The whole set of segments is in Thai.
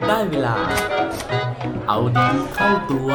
ได้เวลาเอาดีเข้าตัว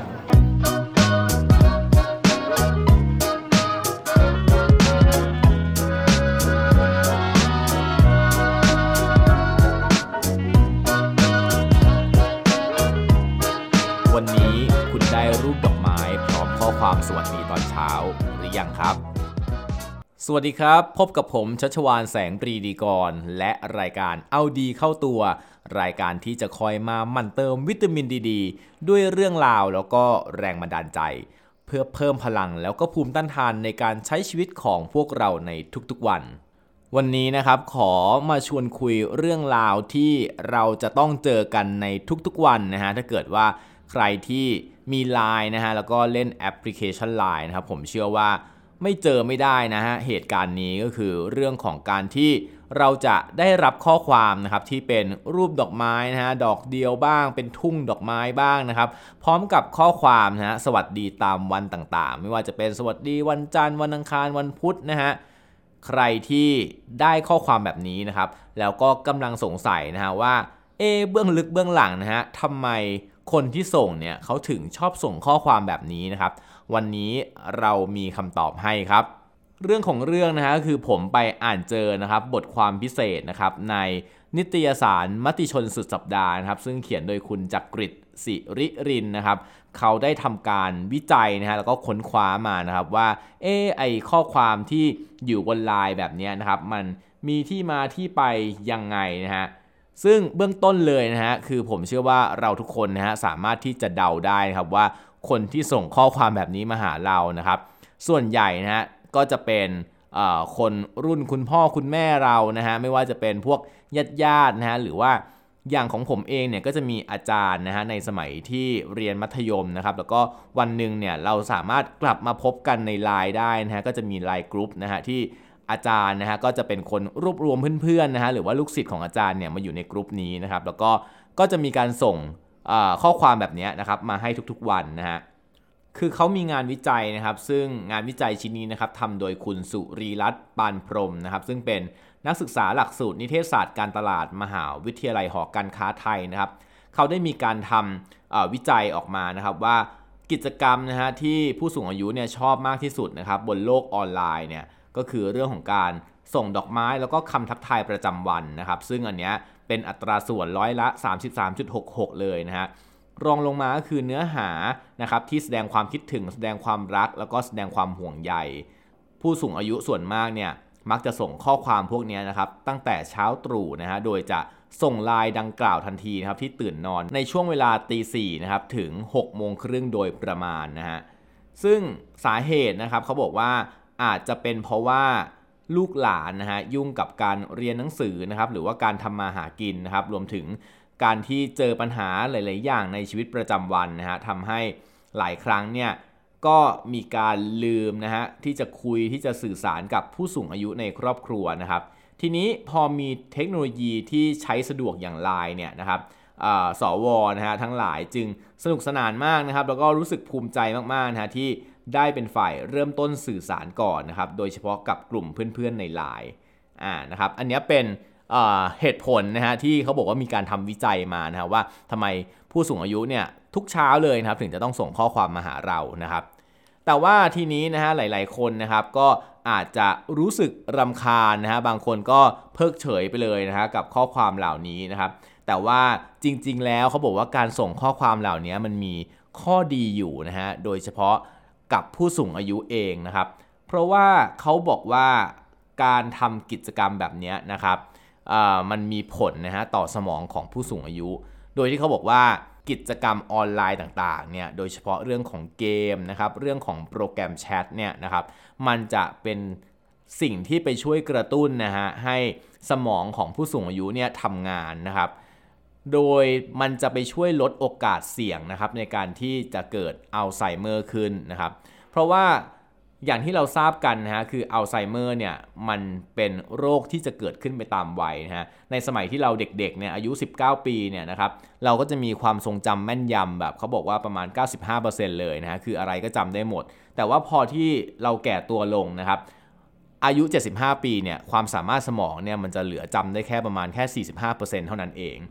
วันนี้คุณได้รูปดอกไม้พร้อมข้อความสวัสดีตอนเช้าหรือยังครับสวัสดีครับพบกับผมชัชวาลแสงปรีดีกรและรายการเอาดีเข้าตัวรายการที่จะคอยมาหมั่นเติมวิตามินดีด้วยเรื่องราวแล้วก็แรงบันดาลใจเพื่อเพิ่มพลังแล้วก็ภูมิต้านทานในการใช้ชีวิตของพวกเราในทุกๆวันนี้นะครับขอมาชวนคุยเรื่องราวที่เราจะต้องเจอกันในทุกๆวันนะฮะถ้าเกิดว่าใครที่มี LINE นะฮะแล้วก็เล่นแอปพลิเคชัน LINE นะครับผมเชื่อว่าไม่เจอไม่ได้นะฮะเหตุการณ์นี้ก็คือเรื่องของการที่เราจะได้รับข้อความนะครับที่เป็นรูปดอกไม้นะฮะดอกเดียวบ้างเป็นทุ่งดอกไม้บ้างนะครับพร้อมกับข้อความนะฮะสวัสดีตามวันต่างๆไม่ว่าจะเป็นสวัสดีวันจันทร์วันอังคารวันพุธนะฮะใครที่ได้ข้อความแบบนี้นะครับแล้วก็กำลังสงสัยนะฮะว่าเบื้องลึกเบื้องหลังนะฮะทำไมคนที่ส่งเนี่ยเขาถึงชอบส่งข้อความแบบนี้นะครับวันนี้เรามีคำตอบให้ครับเรื่องของเรื่องนะฮะคือผมไปอ่านเจอนะครับบทความพิเศษนะครับในนิตยสารมติชนสุดสัปดาห์นะครับซึ่งเขียนโดยคุณจักริดศิริรินนะครับเขาได้ทำการวิจัยนะฮะแล้วก็ค้นคว้ามานะครับว่าไอข้อความที่อยู่บนไลน์แบบนี้นะครับมันมีที่มาที่ไปยังไงนะฮะซึ่งเบื้องต้นเลยนะฮะคือผมเชื่อว่าเราทุกคนนะฮะสามารถที่จะเดาได้นะครับว่าคนที่ส่งข้อความแบบนี้มาหาเรานะครับส่วนใหญ่นะฮะก็จะเป็นคนรุ่นคุณพ่อคุณแม่เรานะฮะไม่ว่าจะเป็นพวกญาตินะฮะหรือว่าอย่างของผมเองเนี่ยก็จะมีอาจารย์นะฮะในสมัยที่เรียนมัธยมนะครับแล้วก็วันหนึ่งเนี่ยเราสามารถกลับมาพบกันใน LINE ได้นะฮะก็จะมี LINE กรุ๊ปนะฮะที่อาจารย์นะฮะก็จะเป็นคนรวบรวมเพื่อนๆนะฮะหรือว่าลูกศิษย์ของอาจารย์เนี่ยมาอยู่ในกรุ๊ปนี้นะครับแล้วก็จะมีการส่งข้อความแบบนี้นะครับมาให้ทุกๆวันนะฮะคือเขามีงานวิจัยนะครับซึ่งงานวิจัยชิ้นนี้นะครับทำโดยคุณสุรีรัตน์ปานพรหมนะครับซึ่งเป็นนักศึกษาหลักสูตรนิเทศศาสตร์การตลาดมหาวิทยาลัยหอการค้าไทยนะครับเขาได้มีการทำวิจัยออกมานะครับว่ากิจกรรมนะฮะที่ผู้สูงอายุเนี่ยชอบมากที่สุดนะครับบนโลกออนไลน์เนี่ยก็คือเรื่องของการส่งดอกไม้แล้วก็คำทักทายประจำวันนะครับซึ่งอันเนี้ยเป็นอัตราส่วนร้อยละ 33.66 เลยนะฮะรองลงมาก็คือเนื้อหานะครับที่แสดงความคิดถึงแสดงความรักแล้วก็แสดงความห่วงใยผู้สูงอายุส่วนมากเนี่ยมักจะส่งข้อความพวกนี้นะครับตั้งแต่เช้าตรู่นะฮะโดยจะส่งไลน์ดังกล่าวทันทีนะครับที่ตื่นนอนในช่วงเวลาตี 4นะครับถึง 6 โมงครึ่งโดยประมาณนะฮะซึ่งสาเหตุนะครับเขาบอกว่าอาจจะเป็นเพราะว่าลูกหลานนะฮะยุ่งกับการเรียนหนังสือนะครับหรือว่าการทำมาหากินนะครับรวมถึงการที่เจอปัญหาหลายๆอย่างในชีวิตประจำวันนะฮะทำให้หลายครั้งเนี่ยก็มีการลืมนะฮะที่จะคุยที่จะสื่อสารกับผู้สูงอายุในครอบครัวนะครับทีนี้พอมีเทคโนโลยีที่ใช้สะดวกอย่าง LINE เนี่ยนะครับสวนะฮะทั้งหลายจึงสนุกสนานมากนะครับแล้วก็รู้สึกภูมิใจมากๆนะฮะที่ได้เป็นฝ่ายเริ่มต้นสื่อสารก่อนนะครับโดยเฉพาะกับกลุ่มเพื่อนๆใน LINE นะครับอันนี้เป็นเหตุผลนะฮะที่เขาบอกว่ามีการทำวิจัยมานะฮะว่าทำไมผู้สูงอายุเนี่ยทุกเช้าเลยนะครับถึงจะต้องส่งข้อความมาหาเรานะครับแต่ว่าทีนี้นะฮะหลายๆคนนะครับก็อาจจะรู้สึกรำคาญนะฮะบางคนก็เพิกเฉยไปเลยนะฮะกับข้อความเหล่านี้นะครับแต่ว่าจริงๆแล้วเขาบอกว่าการส่งข้อความเหล่านี้มันมีข้อดีอยู่นะฮะโดยเฉพาะกับผู้สูงอายุเองนะครับเพราะว่าเขาบอกว่าการทำกิจกรรมแบบนี้นะครับมันมีผลนะฮะต่อสมองของผู้สูงอายุโดยที่เขาบอกว่ากิจกรรมออนไลน์ต่างๆเนี่ยโดยเฉพาะเรื่องของเกมนะครับเรื่องของโปรแกรมแชทเนี่ยนะครับมันจะเป็นสิ่งที่ไปช่วยกระตุ้นนะฮะให้สมองของผู้สูงอายุเนี่ยทำงานนะครับโดยมันจะไปช่วยลดโอกาสเสี่ยงนะครับในการที่จะเกิดอัลไซเมอร์ขึ้นนะครับเพราะว่าอย่างที่เราทราบกันนะฮะคืออัลไซเมอร์เนี่ยมันเป็นโรคที่จะเกิดขึ้นไปตามวัยนะฮะในสมัยที่เราเด็กๆเนี่ยอายุ19ปีเนี่ยนะครับเราก็จะมีความทรงจำแม่นยำแบบเขาบอกว่าประมาณ 95% เลยนะฮะคืออะไรก็จำได้หมดแต่ว่าพอที่เราแก่ตัวลงนะครับอายุ75ปีเนี่ยความสามารถสมองเนี่ยมันจะเหลือจำได้แค่ประมาณแค่ 45% เท่านั้นเอง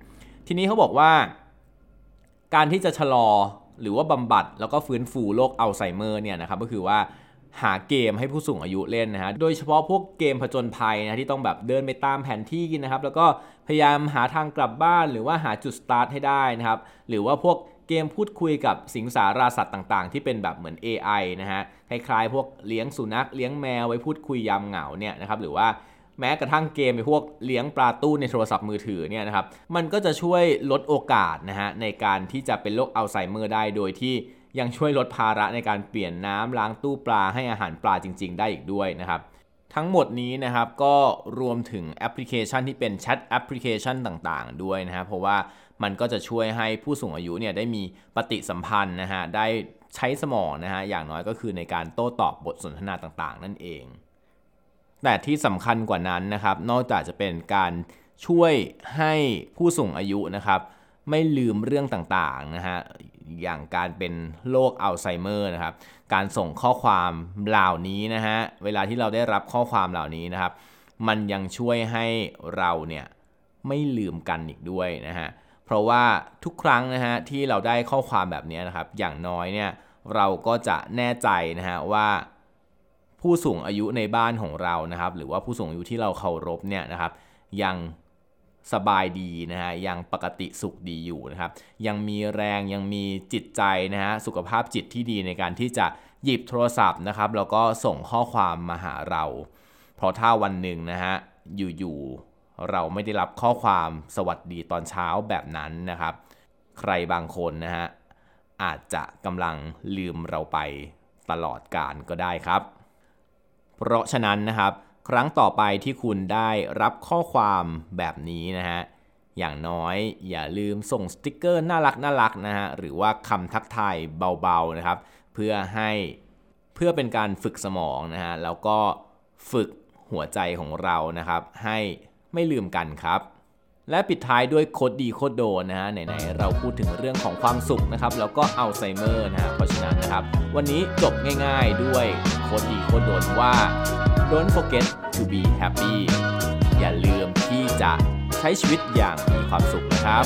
ทีนี้เขาบอกว่าการที่จะชะลอหรือว่าบำบัดแล้วก็ฟื้นฟูโรคอัลไซเมอร์เนี่ยนะครับก็คือว่าหาเกมให้ผู้สูงอายุเล่นนะฮะโดยเฉพาะพวกเกมผจญภัยนะที่ต้องแบบเดินไปตามแผนที่นะครับแล้วก็พยายามหาทางกลับบ้านหรือว่าหาจุดสตาร์ทให้ได้นะครับหรือว่าพวกเกมพูดคุยกับสิงสาราสัตว์ต่างๆที่เป็นแบบเหมือน AI นะฮะคล้ายๆพวกเลี้ยงสุนัขเลี้ยงแมวไว้พูดคุยยามเหงาเนี่ยนะครับหรือว่าแม้กระทั่งเกมพวกเลี้ยงปลาตู้ในโทรศัพท์มือถือเนี่ยนะครับมันก็จะช่วยลดโอกาสนะฮะในการที่จะเป็นโรคอัลไซเมอร์ได้โดยที่ยังช่วยลดภาระในการเปลี่ยนน้ำล้างตู้ปลาให้อาหารปลาจริงๆได้อีกด้วยนะครับทั้งหมดนี้นะครับก็รวมถึงแอปพลิเคชันที่เป็นแชทแอปพลิเคชันต่างๆด้วยนะฮะเพราะว่ามันก็จะช่วยให้ผู้สูงอายุเนี่ยได้มีปฏิสัมพันธ์นะฮะได้ใช้สมองนะฮะอย่างน้อยก็คือในการโต้ตอบบทสนทนาต่างๆนั่นเองแต่ที่สำคัญกว่านั้นนะครับนอกจากจะเป็นการช่วยให้ผู้สูงอายุนะครับไม่ลืมเรื่องต่างๆนะฮะอย่างการเป็นโรคอัลไซเมอร์นะครับการส่งข้อความเหล่านี้นะฮะเวลาที่เราได้รับข้อความเหล่านี้นะครับมันยังช่วยให้เราเนี่ยไม่ลืมกันอีกด้วยนะฮะเพราะว่าทุกครั้งนะฮะที่เราได้ข้อความแบบนี้นะครับอย่างน้อยเนี่ยเราก็จะแน่ใจนะฮะว่าผู้สูงอายุในบ้านของเรานะครับหรือว่าผู้สูงอายุที่เราเคารพเนี่ยนะครับยังสบายดีนะฮะยังปกติสุขดีอยู่นะครับยังมีแรงยังมีจิตใจนะฮะสุขภาพจิตที่ดีในการที่จะหยิบโทรศัพท์นะครับแล้วก็ส่งข้อความมาหาเราเพราะถ้าวันหนึ่งนะฮะอยู่ๆเราไม่ได้รับข้อความสวัสดีตอนเช้าแบบนั้นนะครับใครบางคนนะฮะอาจจะกำลังลืมเราไปตลอดกาลก็ได้ครับเพราะฉะนั้นนะครับครั้งต่อไปที่คุณได้รับข้อความแบบนี้นะฮะอย่างน้อยอย่าลืมส่งสติกเกอร์น่ารักนะฮะหรือว่าคำทักทายเบาๆนะครับเพื่อเป็นการฝึกสมองนะฮะแล้วก็ฝึกหัวใจของเรานะครับให้ไม่ลืมกันครับและปิดท้ายด้วยโคตรดีโคตรโดนนะฮะไหนๆเราพูดถึงเรื่องของความสุขนะครับแล้วก็อัลไซเมอร์นะฮะเพราะฉะนั้นนะครับวันนี้จบง่ายๆด้วยโคตรดีโคตรโดนว่า Don't forget to be happy อย่าลืมที่จะใช้ชีวิตอย่างมีความสุขนะครับ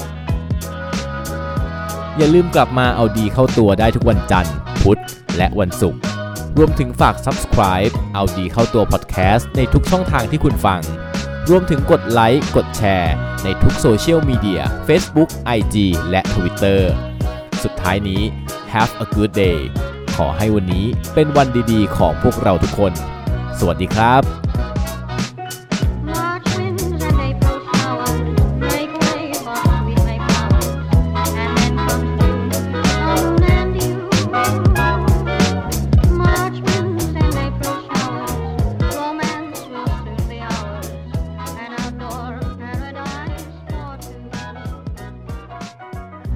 อย่าลืมกลับมาเอาดีเข้าตัวได้ทุกวันจันทร์พุธและวันศุกร์รวมถึงฝาก Subscribe เอาดีเข้าตัว Podcast ในทุกช่องทางที่คุณฟังรวมถึงกดไลค์กดแชร์ในทุกโซเชียลมีเดีย Facebook IG และ Twitter สุดท้ายนี้ Have a good day ขอให้วันนี้เป็นวันดีๆของพวกเราทุกคนสวัสดีครับ